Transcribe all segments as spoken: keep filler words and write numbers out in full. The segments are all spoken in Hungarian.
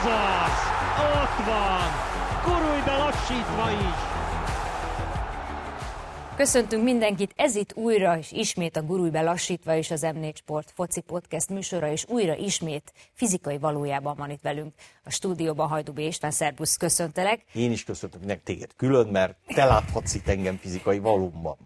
Ez az! Ott van! Gurulj be lassítva is! Köszöntünk mindenkit, ez itt újra és ismét a Gurulj be lassítva is az em négy Sport foci podcast műsora, és újra ismét fizikai valójában van itt velünk a stúdióban Hajdúbé István. Szerbusz, köszöntelek. Én is köszöntök nektek téged külön, mert te láthatsz itt engem fizikai valóban.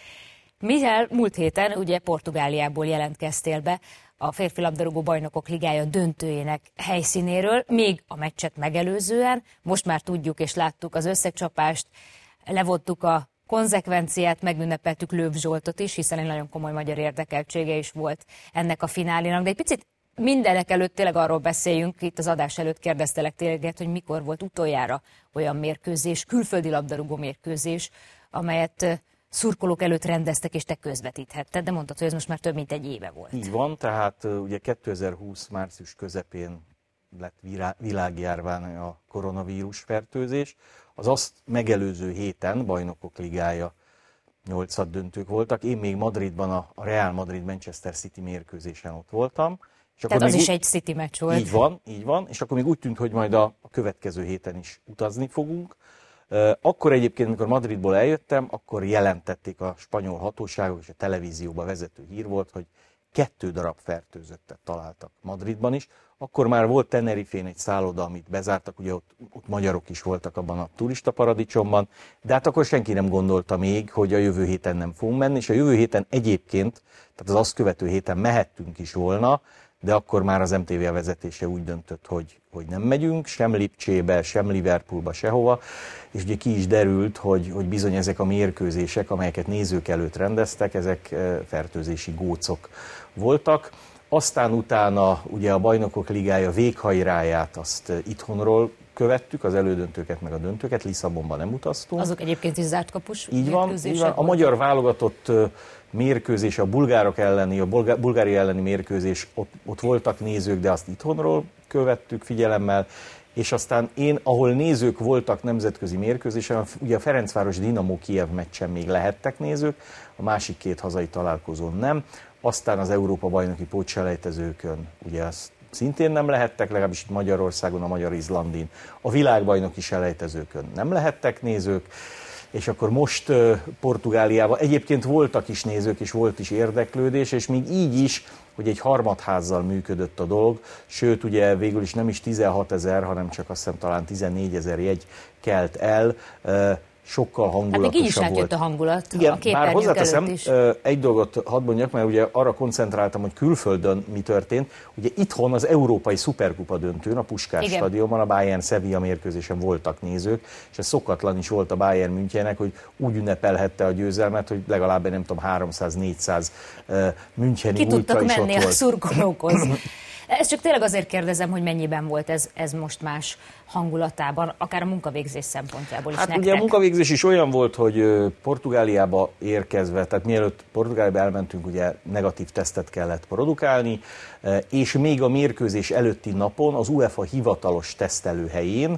Mihály, múlt héten ugye Portugáliából jelentkeztél be a férfi labdarúgó bajnokok ligája döntőjének helyszínéről, még a meccset megelőzően. Most már tudjuk és láttuk az összecsapást, levontuk a konzekvenciát, megünnepeltük Löw Zsoltot is, hiszen egy nagyon komoly magyar érdekeltsége is volt ennek a finálénak. De egy picit mindenek előtt tényleg arról beszéljünk, itt az adás előtt kérdeztelek téged, hogy mikor volt utoljára olyan mérkőzés, külföldi labdarúgó mérkőzés, amelyet szurkolók előtt rendeztek, és te közvetíthetted, de mondtad, hogy ez most már több mint egy éve volt. Így van, tehát ugye kétezer-húsz március közepén lett világjárvány a koronavírus fertőzés. Az azt megelőző héten bajnokok ligája nyolcad döntők voltak. Én még Madridban a Real Madrid-Manchester City mérkőzésen ott voltam. És Tehát akkor az még is úgy, egy City meccs volt. Így van, így van, és akkor még úgy tűnt, hogy majd a, a következő héten is utazni fogunk. Akkor egyébként, amikor Madridból eljöttem, akkor jelentették a spanyol hatóságok, és a televízióban vezető hír volt, hogy kettő darab fertőzöttet találtak Madridban is. Akkor már volt Tenerifén egy szálloda, amit bezártak, ugye ott, ott magyarok is voltak abban a turista paradicsomban, de hát akkor senki nem gondolta még, hogy a jövő héten nem fogunk menni, és a jövő héten egyébként, tehát az azt követő héten mehettünk is volna, de akkor már az em té vé vezetése úgy döntött, hogy, hogy nem megyünk, sem Lipcsébe, sem Liverpoolba, sehova, és ugye ki is derült, hogy, hogy bizony ezek a mérkőzések, amelyeket nézők előtt rendeztek, ezek fertőzési gócok voltak. Aztán utána ugye a Bajnokok Ligája véghajráját azt itthonról követtük, az elődöntőket meg a döntőket, Lisszabonban nem utaztunk. Azok egyébként is zárt kapus így van, így van. A magyar válogatott mérkőzés, a bulgárok elleni, a Bulgária elleni mérkőzés, ott, ott voltak nézők, de azt itthonról követtük figyelemmel, és aztán én, ahol nézők voltak nemzetközi mérkőzésen, ugye a Ferencváros Dinamo Kijev meccsen még lehettek nézők, a másik két hazai találkozón nem, aztán az Európa-bajnoki pótselejtezőkön ugye azt szintén nem lehettek, legalábbis itt Magyarországon, a Magyar-Izlandin, a világbajnoki selejtezőkön nem lehettek nézők, és akkor most uh, Portugáliában egyébként voltak is nézők, és volt is érdeklődés, és még így is, hogy egy harmadházzal működött a dolog, sőt ugye végül is nem is tizenhatezer, hanem csak azt hiszem talán tizennégyezer jegy kelt el, uh, sokkal hangulatosabb hát még így is volt. átjött a hangulat. Igen, a képernyők bár hozzáteszem, is. egy dolgot hadd mondjak, mert ugye arra koncentráltam, hogy külföldön mi történt. Ugye itthon az Európai Szuperkupa döntőn, a Puskás Igen. stadionban, a Bayern Sevilla mérkőzésen voltak nézők, és ez szokatlan is volt a Bayern Münchennek, hogy úgy ünnepelhette a győzelmet, hogy legalább nem tudom háromszáz-négyszáz müncheni Ki tudtak ultra is menni ott a volt. szurkolókhoz. Ezt csak tényleg azért kérdezem, hogy mennyiben volt ez, ez most más hangulatában, akár a munkavégzés szempontjából is hát nektek. ugye a munkavégzés is olyan volt, hogy Portugáliába érkezve, tehát mielőtt Portugáliába elmentünk, ugye negatív tesztet kellett produkálni, és még a mérkőzés előtti napon az UEFA hivatalos tesztelőhelyén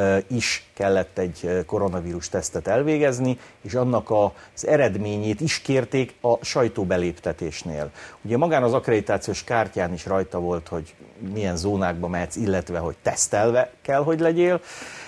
is kellett egy koronavírus tesztet elvégezni, és annak az eredményét is kérték a sajtóbeléptetésnél. Ugye magán az akkreditációs kártyán is rajta volt, hogy milyen zónákba mehetsz, illetve hogy tesztelve kell, hogy legyél,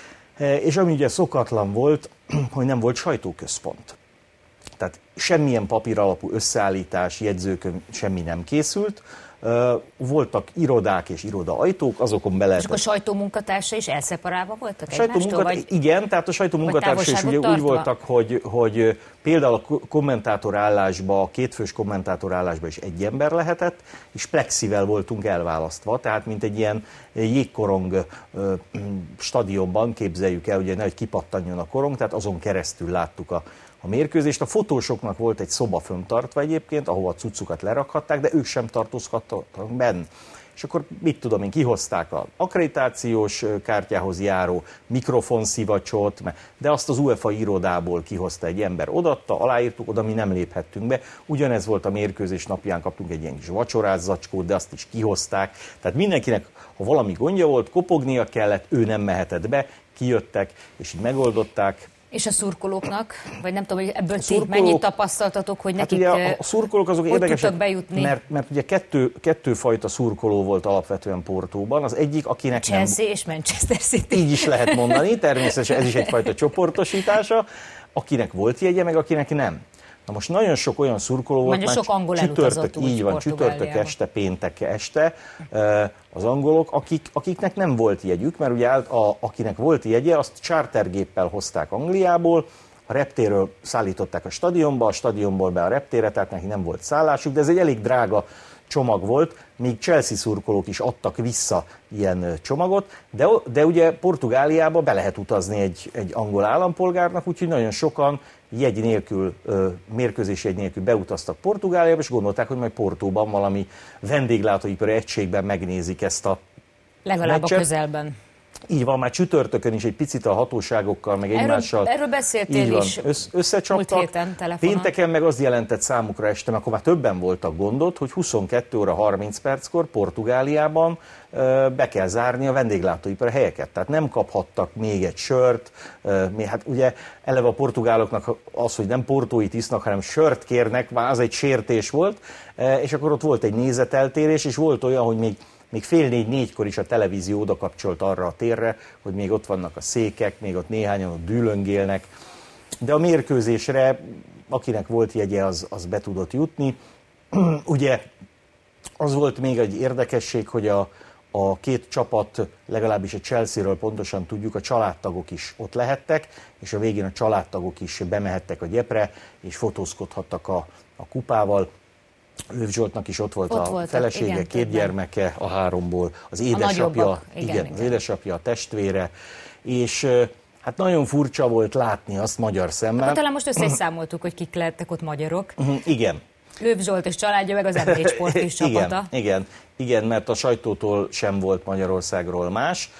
és ami ugye szokatlan volt, hogy nem volt sajtóközpont. Tehát semmilyen papíralapú összeállítás, jegyzőkönyv, semmi nem készült. Voltak irodák és irodaajtók, azokon be lehetett... És akkor a sajtómunkatársai is elszeparálva voltak A egymástól? Vagy... Igen, tehát a sajtómunkatársai is ugye úgy voltak, hogy, hogy például a kommentátorállásba, a kétfős kommentátorállásba is egy ember lehetett, és plexivel voltunk elválasztva, tehát mint egy ilyen jégkorong stadionban képzeljük el, ugye nehogy kipattanjon a korong, tehát azon keresztül láttuk a a mérkőzést. A fotósoknak volt egy szoba föntartva egyébként, ahova a cuccukat lerakhatták, de ők sem tartózhattak benne. És akkor mit tudom én, kihozták az akkreditációs kártyához járó mikrofonszívacsot, de azt az UEFA irodából kihozta egy ember, odaadta, aláírtuk, oda mi nem léphettünk be. Ugyanez volt a mérkőzés napján, kaptunk egy ilyen kis vacsorázzacskót, de azt is kihozták. Tehát mindenkinek, ha valami gondja volt, kopognia kellett, ő nem mehetett be, kijöttek, és így megoldották. És a szurkolóknak, vagy nem tudom, hogy ebből ti szurkolók, mennyit tapasztaltatok, hogy hát nekik ugye a szurkolók azok érdekesek, bejutni? Mert, mert ugye kettő, kettő fajta szurkoló volt alapvetően Portóban. Az egyik, akinek Chelsea nem... és Manchester City. Így is lehet mondani, természetesen ez is egyfajta csoportosítása, akinek volt jegye, meg akinek nem. Na most nagyon sok olyan szurkoló volt, már sok angol csütörtök, így van, csütörtök este, péntek este az angolok, akik, akiknek nem volt jegyük, mert ugye a, akinek volt jegye, azt chartergéppel hozták Angliából, a reptéről szállították a stadionba, a stadionból be a reptére, tehát neki nem volt szállásuk, de ez egy elég drága csomag volt, még Chelsea szurkolók is adtak vissza ilyen csomagot, de, de ugye Portugáliába be lehet utazni egy, egy angol állampolgárnak, úgyhogy nagyon sokan jegy nélkül, mérkőzés jegy nélkül beutaztak Portugáliába, és gondolták, hogy majd Portóban valami vendéglátóipari egységben megnézik ezt a legalább meccset. A közelben. Így van, már csütörtökön is egy picit a hatóságokkal, meg erről, egymással erről beszéltél így van, is össz, összecsaptak. múlt héten telefonon. Pénteken meg az jelentett számukra este, akkor már többen voltak gondot, hogy huszonkettő óra harminc perckor Portugáliában be kell zárni a vendéglátóipari helyeket. Tehát nem kaphattak még egy sört, hát ugye eleve a portugáloknak az, hogy nem portóit isznak, hanem sört kérnek, már az egy sértés volt, és akkor ott volt egy nézeteltérés, és volt olyan, hogy még Még fél négy-négykor is a televízió oda kapcsolt arra a térre, hogy még ott vannak a székek, még ott néhányan ott dűlöngélnek. De a mérkőzésre, akinek volt jegye, az, az be tudott jutni. Ugye az volt még egy érdekesség, hogy a, a két csapat, legalábbis a Chelsea-ről pontosan tudjuk, a családtagok is ott lehettek, és a végén a családtagok is bemehettek a gyepre, és fotózkodhattak a, a kupával. Löw Zsoltnak is ott volt ott a voltak, felesége, igen, két többen. Gyermeke, a háromból, az édesapja, igen, igen, igen. az édesapja, a testvére, és hát nagyon furcsa volt látni azt magyar szemmel. Akkor talán most össze is számoltuk, hogy kik lehettek ott magyarok. Igen. Löw Zsolt és családja, meg az em té Sport is csapata. Igen, igen, igen, mert a sajtótól sem volt Magyarországról más.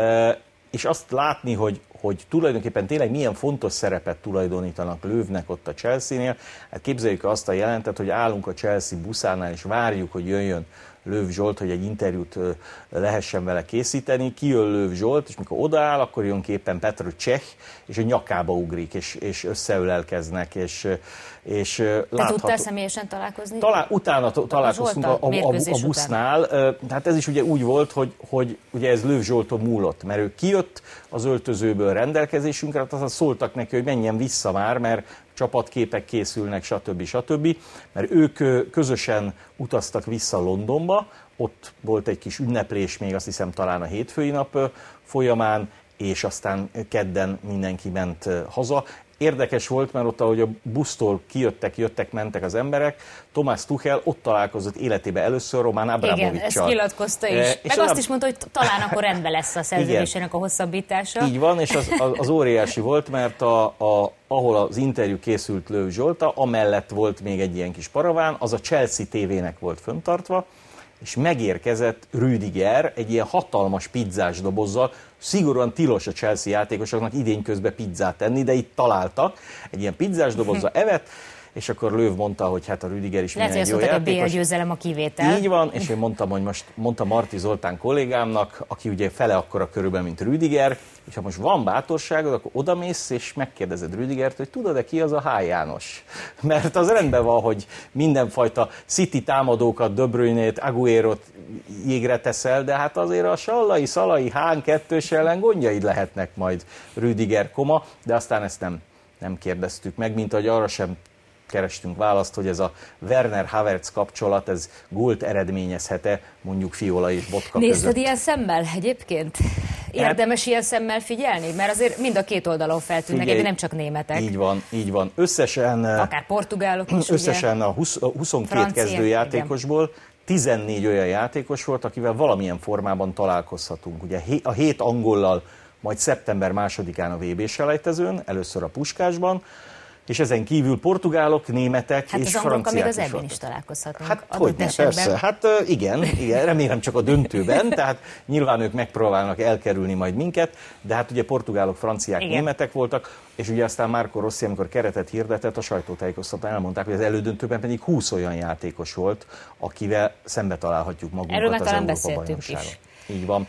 És azt látni, hogy, hogy tulajdonképpen tényleg milyen fontos szerepet tulajdonítanak Lövnek ott a Chelsea-nél. Hát képzeljük azt a jelentet, hogy állunk a Chelsea buszánál, és várjuk, hogy jöjjön Löw Zsolt, hogy egy interjút lehessen vele készíteni. Kijön Löw Zsolt, és mikor odaáll, akkor jön képen Petr Cech, és a nyakába ugrik, és, és összeölelkeznek, és, és látható... Te tudtál személyesen találkozni? Talán, utána találkoztunk a, a, a, a busznál. Tehát ez is ugye úgy volt, hogy, hogy ugye ez Löw Zsolton múlott, mert ő kijött az öltözőből rendelkezésünkre, tehát aztán szóltak neki, hogy menjen vissza már, mert csapatképek készülnek, stb. stb. Mert ők közösen utaztak vissza Londonba, ott volt egy kis ünneplés még, azt hiszem talán a hétfői nap folyamán, és aztán kedden mindenki ment haza. Érdekes volt, mert ott, ahogy a busztól kijöttek, jöttek, mentek az emberek, Thomas Tuchel ott találkozott életében először Roman Abramovic-sal. Igen, ezt nyilatkozta is. E, Meg azt is mondta, hogy talán akkor rendben lesz a szerződésének a hosszabbítása. Így van, és az, az, az óriási volt, mert a, a, ahol az interjú készült Löw Zsolta, amellett volt még egy ilyen kis paraván, az a Chelsea té vének volt föntartva, és megérkezett Rüdiger egy ilyen hatalmas pizzás dobozzal, szigorúan tilos a Chelsea játékosoknak idény közben pizzát tenni, de itt találtak, egy ilyen pizzás dobozzal evett, és akkor Löw mondta, hogy hát a Rüdiger is minden jó játékos. Lehet, hogy a bé el győzelem a kivétel. Így van, és én mondtam, hogy most mondta Marti Zoltán kollégámnak, aki ugye fele akkora körülbelül, mint Rüdiger, és ha most van bátorságod, akkor odamész, és megkérdezed Rüdigert, hogy tudod-e ki az a H. János? Mert az rendben van, hogy mindenfajta City támadókat, De Bruyne-t, Aguero-t jégre teszel, de hát azért a Sallai, Szalai, Hán kettős ellen gondjaid lehetnek majd Rüdiger koma, de aztán ezt nem, nem kérdeztük meg, mint ahogy arra sem kerestünk választ, hogy ez a Werner-Havertz kapcsolat, ez gólt eredményezhet-e mondjuk Fiola és Botka között. Nézted ilyen szemmel egyébként? Érdemes hát, ilyen szemmel figyelni? Mert azért mind a két oldalon feltűnnek, figyelj, nem csak németek. Így van, így van. Összesen, akár portugálok is, összesen ugye? a huszonkét kezdőjátékosból igen. tizennégy olyan játékos volt, akivel valamilyen formában találkozhatunk. Ugye a hét angollal, majd szeptember másodikán a vé bé-selejtezőn, először a Puskásban, és ezen kívül portugálok, németek hát és franciák is. Hát az angolokkal még az ebben is találkozhatunk. Hát hogyne, persze. Hát igen, igen, remélem csak a döntőben, tehát nyilván ők megpróbálnak elkerülni majd minket, de hát ugye portugálok, franciák, igen. németek voltak, és ugye aztán Marco Rossi, amikor keretet hirdetett, a sajtótájékoztatón elmondták, hogy az elődöntőben pedig húsz olyan játékos volt, akivel szembe találhatjuk magunkat. Erről az Európa-bajnokságon. Így van.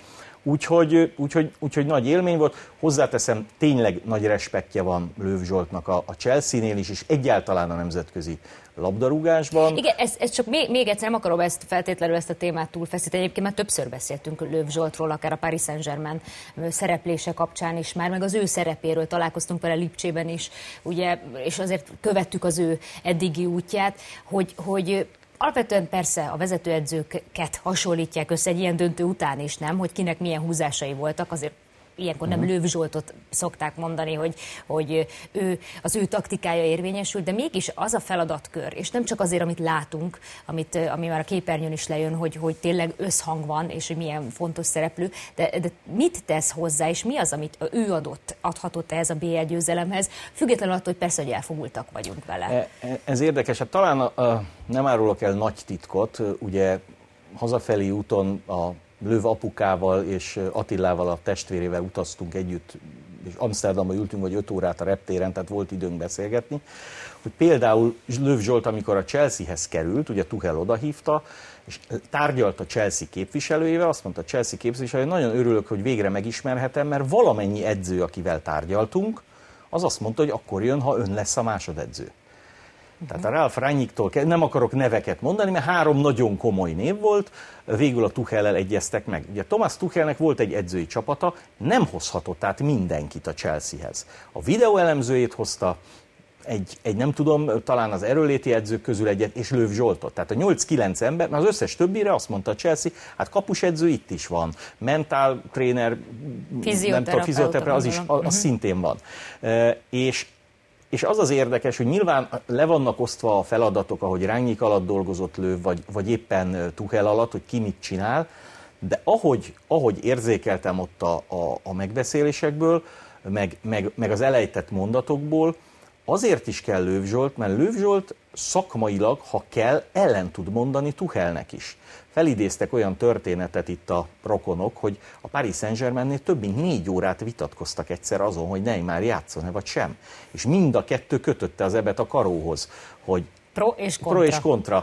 Úgyhogy, úgyhogy, úgyhogy nagy élmény volt. Hozzáteszem, tényleg nagy respektje van Löw Zsoltnak a, a Chelsea-nél is, és egyáltalán a nemzetközi labdarúgásban. Igen, ez, ez csak még, még egyszer nem akarom ezt feltétlenül ezt a témát túlfeszíteni. Egyébként már többször beszéltünk Löw Zsoltról, akár a Paris Saint-Germain szereplése kapcsán is már, meg az ő szerepéről találkoztunk vele Lipcsében is, ugye, és azért követtük az ő eddigi útját, hogy, hogy alapvetően persze a vezetőedzőket hasonlítják össze egy ilyen döntő után is, nem? Hogy kinek milyen húzásai voltak, azért ilyenkor nem Löw Zsoltot szokták mondani, hogy, hogy ő, az ő taktikája érvényesül, de mégis az a feladatkör, és nem csak azért, amit látunk, amit, ami már a képernyőn is lejön, hogy, hogy tényleg összhang van, és hogy milyen fontos szereplő, de, de mit tesz hozzá, és mi az, amit ő adott, adhatott ehhez a bé el győzelemhez, függetlenül attól, hogy persze, hogy elfogultak vagyunk vele. Ez érdekes, hát talán a, a, nem árulok el nagy titkot, ugye hazafelé úton a Löw apukával és Attilával, a testvérével utaztunk együtt, és Amsterdamba ültünk, vagy öt órát a reptéren, tehát volt időnk beszélgetni, hogy például Löw Zsolt, amikor a Chelseahez került, ugye Tuchel odahívta, és tárgyalt a Chelsea képviselőjével, azt mondta a Chelsea képviselő, hogy nagyon örülök, hogy végre megismerhetem, mert valamennyi edző, akivel tárgyaltunk, az azt mondta, hogy akkor jön, ha ön lesz a másodedző. Tehát a Ralf Rangnicktól, nem akarok neveket mondani, mert három nagyon komoly név volt, végül a Tuchellel egyeztek meg. Ugye Thomas Tuchelnek volt egy edzői csapata, nem hozhatott át mindenkit a Chelseahez. A videóelemzőjét hozta, egy, egy nem tudom, talán az erőléti edzők közül egyet, és Löw Zsoltot. Tehát a nyolc-kilenc ember, mert az összes többire azt mondta a Chelsea, hát kapusedző itt is van, mentál tréner, nem tudom, fizioterapeuta, az is, az, az uh-huh. szintén van. E, és És az az érdekes, hogy nyilván le vannak osztva a feladatok, ahogy Rangnick alatt dolgozott Löw, vagy, vagy éppen Tuchel alatt, hogy ki mit csinál, de ahogy, ahogy érzékeltem ott a, a, a megbeszélésekből, meg, meg, meg az elejtett mondatokból, azért is kell Löw Zsolt, mert Löw Zsolt szakmailag, ha kell, ellen tud mondani Tuchelnek is. Felidéztek olyan történetet itt a rokonok, hogy a Paris Saint-Germainnél több mint négy órát vitatkoztak egyszer azon, hogy Neymar játszon-e vagy sem. És mind a kettő kötötte az ebet a karóhoz, hogy pro és kontra. Pro és kontra.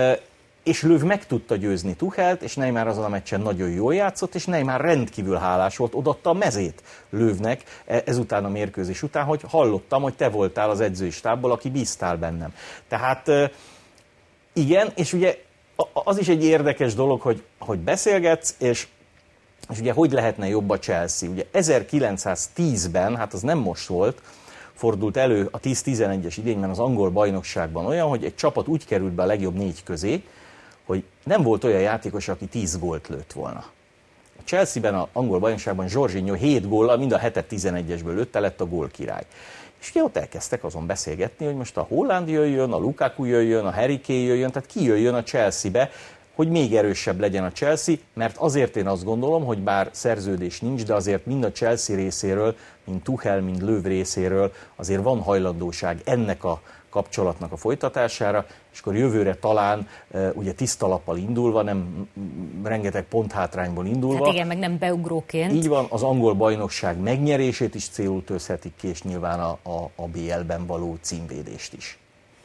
És Löw meg tudta győzni Tuchelt, és Neymar azon a meccsen nagyon jól játszott, és Neymar rendkívül hálás volt, odaadta a mezét Löwnek ezután a mérkőzés után, hogy hallottam, hogy te voltál az edzői stábból, aki bíztál bennem. Tehát igen, és ugye az is egy érdekes dolog, hogy, hogy beszélgetsz, és, és ugye hogy lehetne jobb a Chelsea. Ugye ezerkilencszáztízben, hát az nem most volt, fordult elő a tíz-tizenegyes idényben az angol bajnokságban olyan, hogy egy csapat úgy került be a legjobb négy közé, hogy nem volt olyan játékos, aki tíz gólt lőtt volna. A Chelsea-ben, az angol bajnokságban Jorginho hét góllal, mind a hetet tizenegyesből lőtte, lett a gólkirály. És ugye ott elkezdtek azon beszélgetni, hogy most a Haaland jöjjön, a Lukaku jöjjön, a Harry Kane jöjjön, tehát ki jöjjön a Chelsea-be, hogy még erősebb legyen a Chelsea, mert azért én azt gondolom, hogy bár szerződés nincs, de azért mind a Chelsea részéről, mind Tuchel, mind Löw részéről azért van hajlandóság ennek a kapcsolatnak a folytatására, és akkor jövőre talán ugye tiszta lappal indulva, nem rengeteg ponthátrányból indulva. Hát igen, meg nem beugróként. Így van, az angol bajnokság megnyerését is célul tűzhetik ki, és nyilván a, a, a bé el-ben való címvédést is.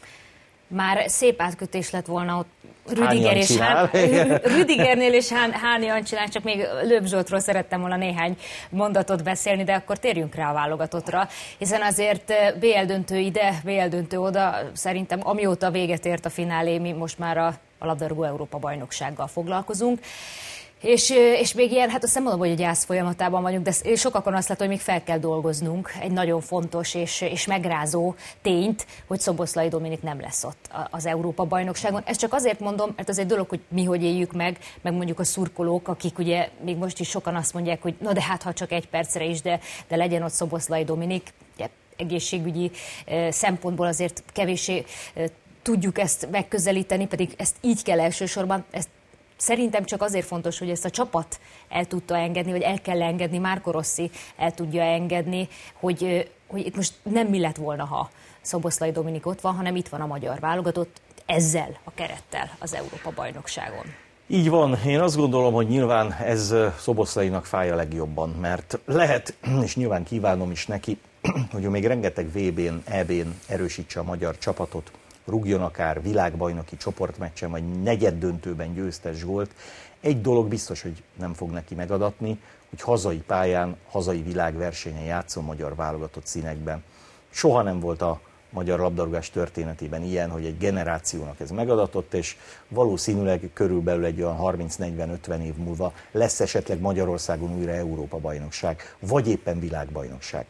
Már szép átkötés lett volna ott Rüdiger és Hán, Rüdigernél és Hán, Hán Jancsinál, csak még Löw Zsoltról szerettem volna néhány mondatot beszélni, de akkor térjünk rá a válogatottra, hiszen azért bé el döntő ide, bé el döntő oda, szerintem amióta véget ért a finálé, mi most már a, a labdarúgó Európa bajnoksággal foglalkozunk. És, és még ilyen, hát azt nem mondom, hogy a gyász folyamatában vagyunk, de sokakon azt látom, hogy még fel kell dolgoznunk egy nagyon fontos és, és megrázó tényt, hogy Szoboszlai Dominik nem lesz ott az Európa-bajnokságon. Ezt csak azért mondom, mert az egy dolog, hogy mi hogy éljük meg, meg mondjuk a szurkolók, akik ugye még most is sokan azt mondják, hogy na de hát ha csak egy percre is, de, de legyen ott Szoboszlai Dominik. Ugye, egészségügyi eh, szempontból azért kevéssé eh, tudjuk ezt megközelíteni, pedig ezt így kell elsősorban, ezt szerintem csak azért fontos, hogy ezt a csapat el tudta engedni, vagy el kell engedni, Marco Rossi el tudja engedni, hogy, hogy itt most nem mi lett volna, ha Szoboszlai Dominik ott van, hanem itt van a magyar válogatott ezzel a kerettel az Európa-bajnokságon. Így van, én azt gondolom, hogy nyilván ez Szoboszlainak fáj a legjobban, mert lehet, és nyilván kívánom is neki, hogy ő még rengeteg vé bén, é bén erősítse a magyar csapatot, rúgjon akár világbajnoki csoportmeccsen, vagy negyeddöntőben győztes gólt. Egy dolog biztos, hogy nem fog neki megadatni, hogy hazai pályán, hazai világversenyen játszom magyar válogatott színekben. Soha nem volt a magyar labdarúgás történetében ilyen, hogy egy generációnak ez megadatott, és valószínűleg körülbelül egy olyan harminc-negyven-ötven év múlva lesz esetleg Magyarországon újra Európa-bajnokság, vagy éppen világbajnokság.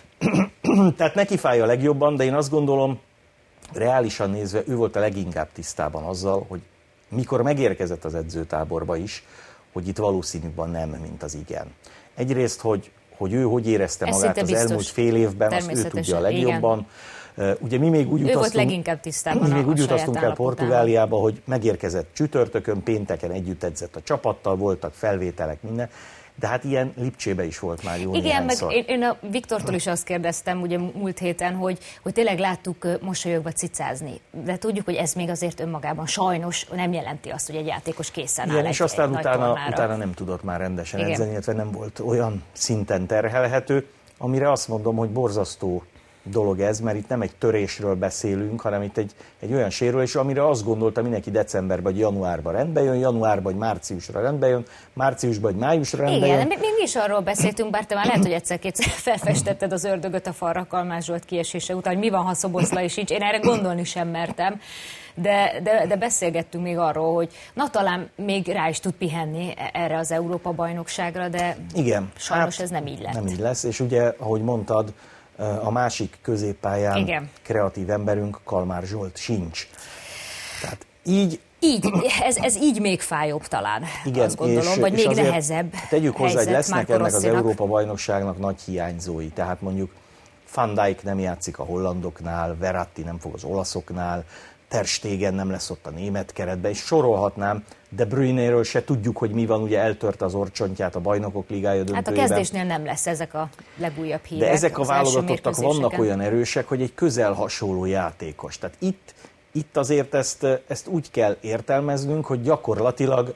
Tehát neki fáj a legjobban, de én azt gondolom, reálisan nézve ő volt a leginkább tisztában azzal, hogy mikor megérkezett az edzőtáborba is, hogy itt valószínűleg nem, mint az igen. Egyrészt, hogy, hogy ő hogy érezte Ez magát az biztos. elmúlt fél évben, azt ő tudja a legjobban. Igen. Ugye mi még úgy ő utaztunk, volt leginkább tisztában mi még a, úgy a utaztunk el Portugáliába, hogy megérkezett csütörtökön, pénteken együtt edzett a csapattal, voltak felvételek, minden. De hát ilyen Lipcsébe is volt már jó Igen, meg néhányszor. én, én a Viktortól is azt kérdeztem ugye múlt héten, hogy, hogy tényleg láttuk mosolyogva cicázni. De tudjuk, hogy ez még azért önmagában sajnos nem jelenti azt, hogy egy játékos készen áll. Igen, egy, és aztán egy utána, utána nem tudott már rendesen edzeni, illetve nem volt olyan szinten terhelhető, amire azt mondom, hogy borzasztó dolog ez, mert itt nem egy törésről beszélünk, hanem itt egy, egy olyan sérülésről, amire azt gondolta mindenki decemberben, hogy januárban rendbe jön, januárban, vagy márciusra rendbe jön, márciusban, vagy májusra rendbe Igen, jön. mi, mi is arról beszéltünk, bár te már lehet, hogy egyszer-kétszer felfestetted az ördögöt a falra Kalmár Zsolt kiesése után, hogy mi van, ha Szoboszlai sincs. Én erre gondolni sem mertem, de, de, de beszélgettünk még arról, hogy na talán még rá is tud pihenni erre az Európa-bajnokságra, de Igen, sajnos hát ez nem így lett. Nem így lesz, és ugye, ahogy mondtad, a másik középpályán Igen. kreatív emberünk, Kalmár Zsolt sincs. Tehát így... Így, ez, ez így még fájóbb talán, igen, azt gondolom, és, vagy és még nehezebb tegyük hozzá, hogy lesznek Marco ennek az Rossinak. Európa-bajnokságnak nagy hiányzói. Tehát mondjuk Van Dijk nem játszik a hollandoknál, Verratti nem fog az olaszoknál, Ter Stegen nem lesz ott a német keretben, és sorolhatnám, De Bruynéről se tudjuk, hogy mi van, ugye eltörte az orcsontját a Bajnokok Ligája döntőjében. Hát a kezdésnél nem lesz, ezek a legújabb hírek. De ezek a az első válogatottak vannak mérkőzéseken. olyan erősek, hogy egy közel hasonló játékos. Tehát itt, itt azért ezt, ezt úgy kell értelmeznünk, hogy gyakorlatilag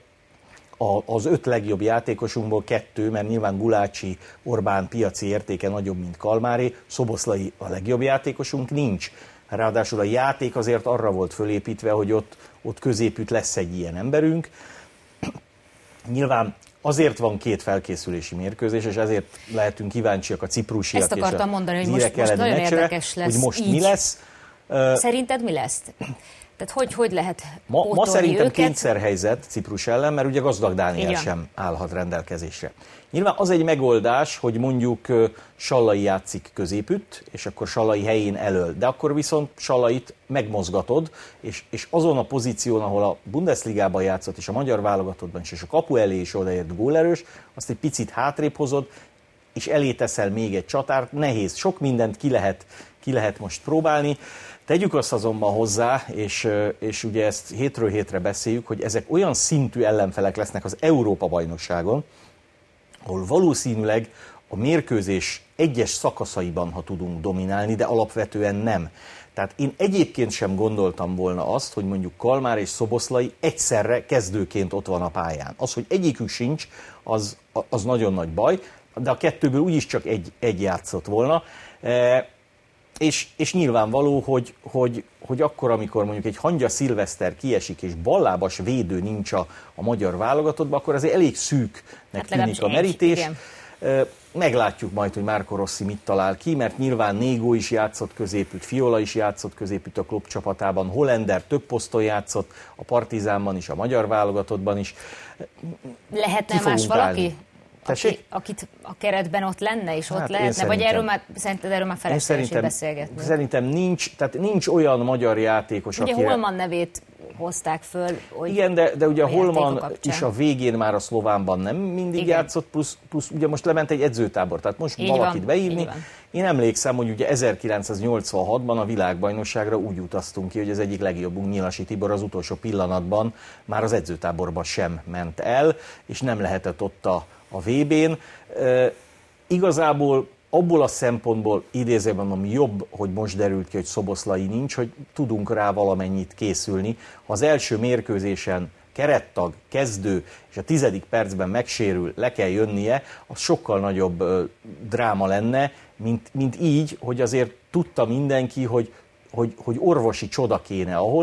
a, az öt legjobb játékosunkból kettő, mert nyilván Gulácsi, Orbán piaci értéke nagyobb, mint Kalmári, Szoboszlai a legjobb játékosunk nincs. Ráadásul a játék azért arra volt fölépítve, hogy ott, ott középütt lesz egy ilyen emberünk. Nyilván azért van két felkészülési mérkőzés, és ezért lehetünk kíváncsiak a ciprusiak. Ezt akartam és mondani, az hogy most, most nagyon meccsre, érdekes lesz. hogy most így. mi lesz. Szerinted mi lesz? Tehát hogy, hogy lehet Ma, ma szerintem őket? kényszerhelyzet Ciprus ellen, mert ugye Gazdag Dániel Igen. sem állhat rendelkezésre. Nyilván az egy megoldás, hogy mondjuk Sallai játszik középütt, és akkor Sallai helyén elöl. De akkor viszont Sallait megmozgatod, és, és azon a pozíción, ahol a Bundesligában játszott, és a magyar válogatottban is, és a kapu elé is odaért gólerős, azt egy picit hátrébb hozod, és elé teszel még egy csatárt. Nehéz, sok mindent ki lehet, ki lehet most próbálni. Tegyük azt azonban hozzá, és, és ugye ezt hétről hétre beszéljük, hogy ezek olyan szintű ellenfelek lesznek az Európa-bajnokságon, ahol valószínűleg a mérkőzés egyes szakaszaiban, ha tudunk dominálni, de alapvetően nem. Tehát én egyébként sem gondoltam volna azt, hogy mondjuk Kalmár és Szoboszlai egyszerre kezdőként ott van a pályán. Az, hogy egyikük sincs, az, az nagyon nagy baj, de a kettőből úgyis csak egy, egy játszott volna. E, És, és nyilvánvaló, hogy, hogy, hogy akkor, amikor mondjuk egy Hangya Szilveszter kiesik, és ballábas védő nincs a, a magyar válogatottban, akkor azért elég szűknek hát tűnik a merítés. Egy, Meglátjuk majd, hogy Marco Rossi mit talál ki, mert nyilván Négó is játszott középütt, Fiola is játszott középütt a klub csapatában, Hollander több poszton játszott, a Partizánban is, a magyar válogatottban is. Lehetne más valaki? Aki, akit a keretben ott lenne, és ott hát lehetne? Vagy erről már, szerinted erről már felesleges beszélgetni? Szerintem nincs, tehát nincs olyan magyar játékos, ugye akire... Holman nevét hozták föl. Hogy igen, de, de ugye a Holman kapcsán. is a végén már a Szlovánban nem mindig igen. játszott, plusz, plusz ugye most lement egy edzőtábor, tehát most így valakit van, beírni. Én emlékszem, hogy ugye ezerkilencszáznyolcvanhatban a világbajnokságra úgy utaztunk ki, hogy az egyik legjobbunk, Nyilasi Tibor az utolsó pillanatban már az edzőtáborba sem ment el, és nem lehetett ott a, a vé bén. E, igazából abból a szempontból idézőben mondom, jobb, hogy most derült ki, hogy Szoboszlai nincs, hogy tudunk rá valamennyit készülni. Ha az első mérkőzésen kerettag, kezdő, és a tizedik percben megsérül, le kell jönnie, az sokkal nagyobb ö, dráma lenne, mint, mint így, hogy azért tudta mindenki, hogy, hogy, hogy orvosi csoda kéne ahhoz,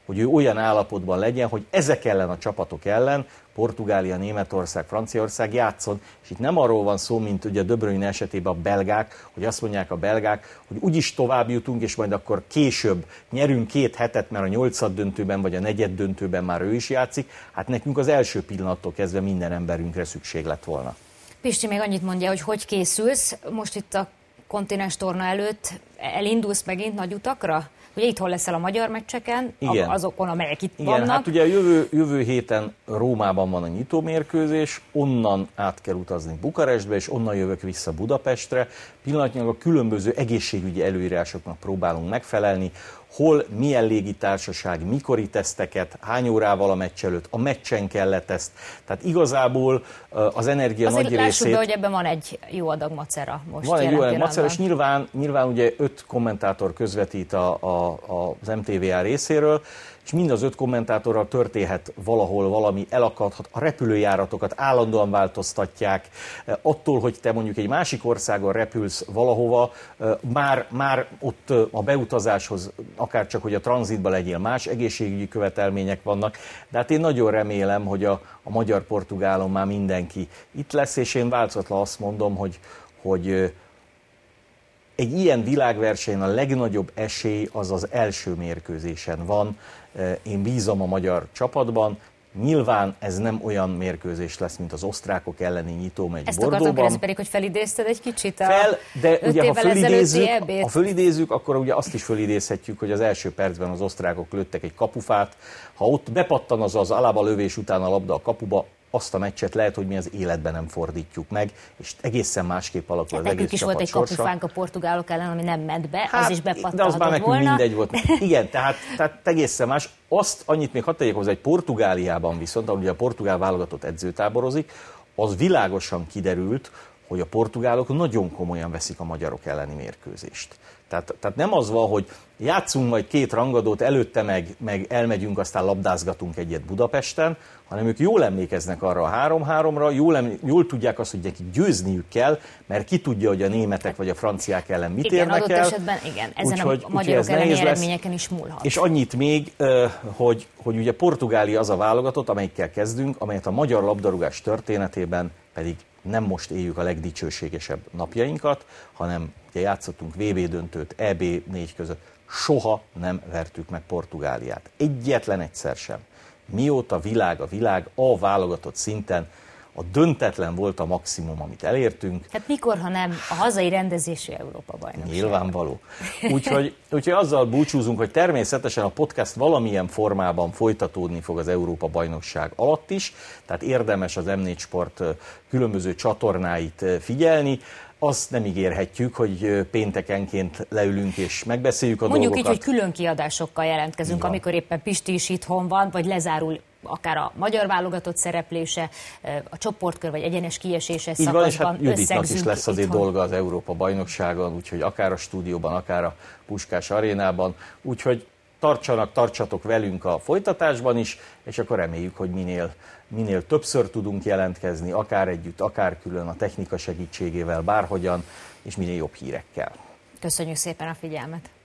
hogy ő olyan állapotban legyen, hogy ezek ellen a csapatok ellen Portugália, Németország, Franciaország játszon, és itt nem arról van szó, mint ugye a De Bruyne esetében a belgák, hogy azt mondják a belgák, hogy úgyis tovább jutunk, és majd akkor később nyerünk két hetet, mert a nyolcad döntőben vagy a negyed döntőben már ő is játszik, hát nekünk az első pillanattól kezdve minden emberünkre szükség lett volna. Pisti még annyit mondja, hogy hogy készülsz, most itt a kontinens torna előtt elindulsz megint nagy utakra? Ugye itthon leszel a magyar meccseken, Igen. azokon, amelyek itt Igen, vannak. hát ugye a jövő, jövő héten Rómában van a nyitómérkőzés, onnan át kell utazni Bukarestbe, és onnan jövök vissza Budapestre. Pillanatnyilag a különböző egészségügyi előírásoknak próbálunk megfelelni, hol, milyen légitársaság, mikori teszteket, hány órával a meccs előtt, a meccsen kell leteszt. Tehát igazából az energia Azért nagy lássuk részét... be, hogy ebben van egy jó adag macera most. Van egy jó adag macera, pillanatban. és nyilván, nyilván ugye öt kommentátor közvetít a, a, az em té vé á részéről, és mind az öt kommentátorral történhet valahol valami, elakadhat, a repülőjáratokat állandóan változtatják, attól, hogy te mondjuk egy másik országon repülsz valahova, már, már ott a beutazáshoz, akár csak, hogy a tranzitban legyél, más egészségügyi követelmények vannak, de hát én nagyon remélem, hogy a, a magyar-portugálon már mindenki itt lesz, és én változatlan azt mondom, hogy, hogy egy ilyen világversenyen a legnagyobb esély az az első mérkőzésen van. Én bízom a magyar csapatban. Nyilván ez nem olyan mérkőzés lesz, mint az osztrákok elleni nyitómeccs Ezt Bordóban. akartam kérdezni, pedig, hogy felidézted egy kicsit a Fel, de öt ugye, ha évvel ezelőtti fölidézzük, ebét? ha fölidézzük, akkor ugye azt is fölidézhetjük, hogy az első percben az osztrákok lőttek egy kapufát. Ha ott bepattan az az alába lövés után a labda a kapuba, azt a meccset lehet, hogy mi az életben nem fordítjuk meg, és egészen másképp alakul az Nekünk egész is csapat volt egy sorsa. kapufánk a portugálok ellen, ami nem ment be, Hát, az is de az már bepattanhatott nekünk volna. mindegy volt. Igen, tehát, tehát egészen más. Azt annyit még hadd tegyek hozzá, hogy Portugáliában viszont, ahol ugye a portugál válogatott edzőtáborozik, az világosan kiderült, hogy a portugálok nagyon komolyan veszik a magyarok elleni mérkőzést. Tehát, tehát nem az van, hogy játszunk majd két rangadót, előtte meg, meg elmegyünk, aztán labdázgatunk egyet Budapesten, hanem ők jól emlékeznek arra a három-háromra, jól, eml- jól tudják azt, hogy nekik győzniük kell, mert ki tudja, hogy a németek vagy a franciák ellen mit Igen, érnek adott el. esetben igen, ezen Úgyhogy- a úgyhogy magyarok ez elleni nehéz lesz. eredményeken is múlhat. És annyit még, hogy, hogy ugye Portugália az a válogatott, amelyikkel kezdünk, amelyet a magyar labdarúgás történetében pedig nem most éljük a legdicsőségesebb napjainkat, hanem ugye játszottunk vé bé döntőt, é bé négy között, soha nem vertük meg Portugáliát. Egyetlen egyszer sem. Mióta világ a világ, a válogatott szinten a döntetlen volt a maximum, amit elértünk. Hát mikor, ha nem a hazai rendezésű Európa-bajnokság? Nyilvánvaló. Úgyhogy, úgyhogy azzal búcsúzunk, hogy természetesen a podcast valamilyen formában folytatódni fog az Európa-bajnokság alatt is, tehát érdemes az em négy Sport különböző csatornáit figyelni. Azt nem ígérhetjük, hogy péntekenként leülünk és megbeszéljük a Mondjuk dolgokat. így, hogy külön kiadásokkal jelentkezünk, amikor éppen Pisti is itthon van, vagy lezárul akár a magyar válogatott szereplése, a csoportkör vagy egyenes kieséses Így van, és szakaszban hát Juditnak is összegzünk lesz azért itthon. dolga az Európa-bajnokságon, úgyhogy akár a stúdióban, akár a Puskás arénában, úgyhogy tartsanak, tartsatok velünk a folytatásban is, és akkor reméljük, hogy minél, minél többször tudunk jelentkezni, akár együtt, akár külön, a technika segítségével, bárhogyan, és minél jobb hírekkel. Köszönjük szépen a figyelmet!